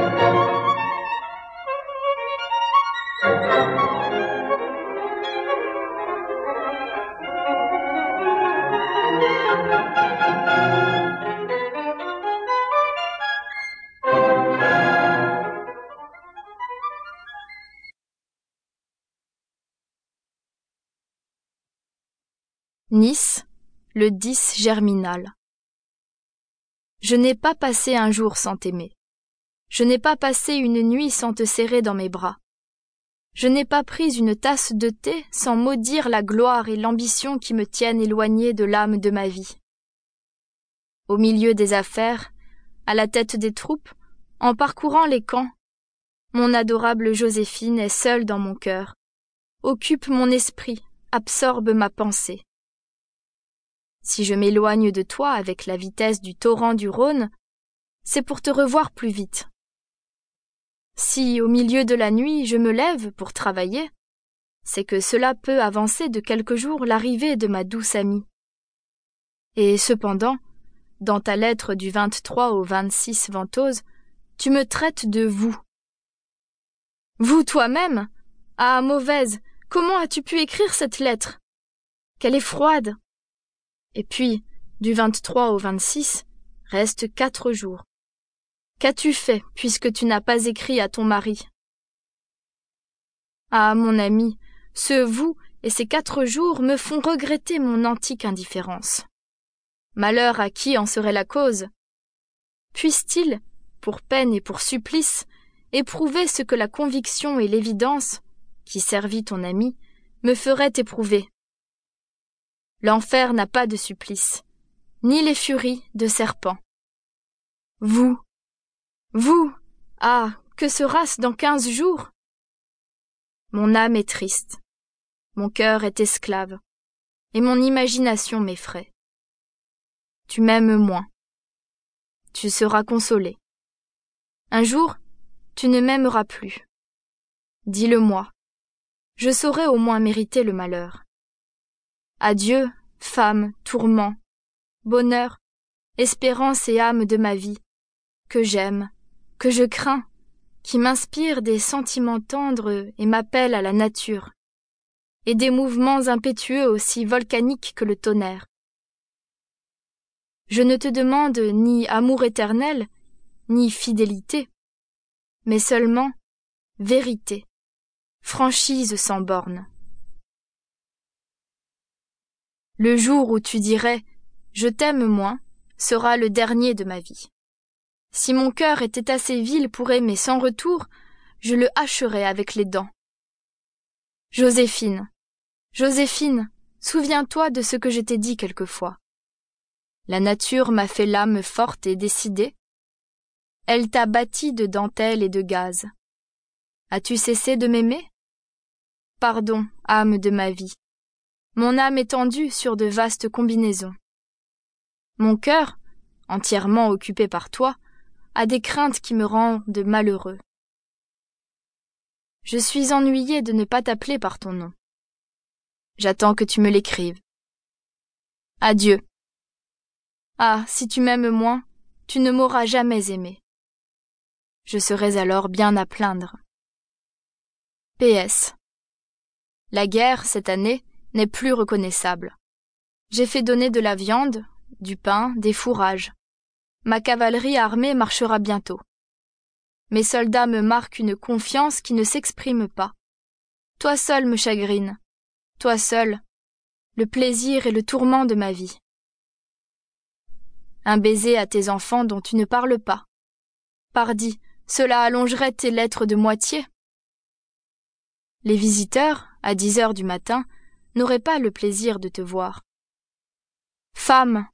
Nice, le 10 germinal. Je n'ai pas passé un jour sans t'aimer. Je n'ai pas passé une nuit sans te serrer dans mes bras. Je n'ai pas pris une tasse de thé sans maudire la gloire et l'ambition qui me tiennent éloignée de l'âme de ma vie. Au milieu des affaires, à la tête des troupes, en parcourant les camps, mon adorable Joséphine est seule dans mon cœur, occupe mon esprit, absorbe ma pensée. Si je m'éloigne de toi avec la vitesse du torrent du Rhône, c'est pour te revoir plus vite. Si, au milieu de la nuit, je me lève pour travailler, c'est que cela peut avancer de quelques jours l'arrivée de ma douce amie. Et cependant, dans ta lettre du 23 au 26 Ventose, tu me traites de vous. Vous toi-même? Ah, mauvaise, comment as-tu pu écrire cette lettre? Qu'elle est froide. Et puis, du 23 au 26, reste 4 jours. Qu'as-tu fait puisque tu n'as pas écrit à ton mari? Ah, mon ami, ce vous et ces 4 jours me font regretter mon antique indifférence. Malheur à qui en serait la cause? Puisse-t-il, pour peine et pour supplice, éprouver ce que la conviction et l'évidence, qui servit ton ami, me feraient éprouver? L'enfer n'a pas de supplice, ni les furies de serpents. Vous, ah, que sera-ce dans 15 jours? Mon âme est triste, mon cœur est esclave, et mon imagination m'effraie. Tu m'aimes moins. Tu seras consolé. Un jour, tu ne m'aimeras plus. Dis-le-moi. Je saurai au moins mériter le malheur. Adieu, femme, tourment, bonheur, espérance et âme de ma vie, que j'aime, que je crains, qui m'inspire des sentiments tendres et m'appelle à la nature, et des mouvements impétueux aussi volcaniques que le tonnerre. Je ne te demande ni amour éternel, ni fidélité, mais seulement vérité, franchise sans bornes. Le jour où tu dirais « je t'aime moins » sera le dernier de ma vie. Si mon cœur était assez vil pour aimer sans retour, je le hacherais avec les dents. Joséphine, Joséphine, souviens-toi de ce que je t'ai dit quelquefois. La nature m'a fait l'âme forte et décidée. Elle t'a bâti de dentelle et de gaze. As-tu cessé de m'aimer? Pardon, âme de ma vie. Mon âme est tendue sur de vastes combinaisons. Mon cœur, entièrement occupé par toi, a des craintes qui me rendent malheureux. Je suis ennuyé de ne pas t'appeler par ton nom. J'attends que tu me l'écrives. Adieu. Ah, si tu m'aimes moins, tu ne m'auras jamais aimé. Je serais alors bien à plaindre. PS. La guerre, cette année, n'est plus reconnaissable. J'ai fait donner de la viande, du pain, des fourrages. Ma cavalerie armée marchera bientôt. Mes soldats me marquent une confiance qui ne s'exprime pas. Toi seul me chagrine. Toi seul, le plaisir et le tourment de ma vie. Un baiser à tes enfants dont tu ne parles pas. Pardi, cela allongerait tes lettres de moitié. Les visiteurs, à 10 heures du matin, n'auraient pas le plaisir de te voir. Femme,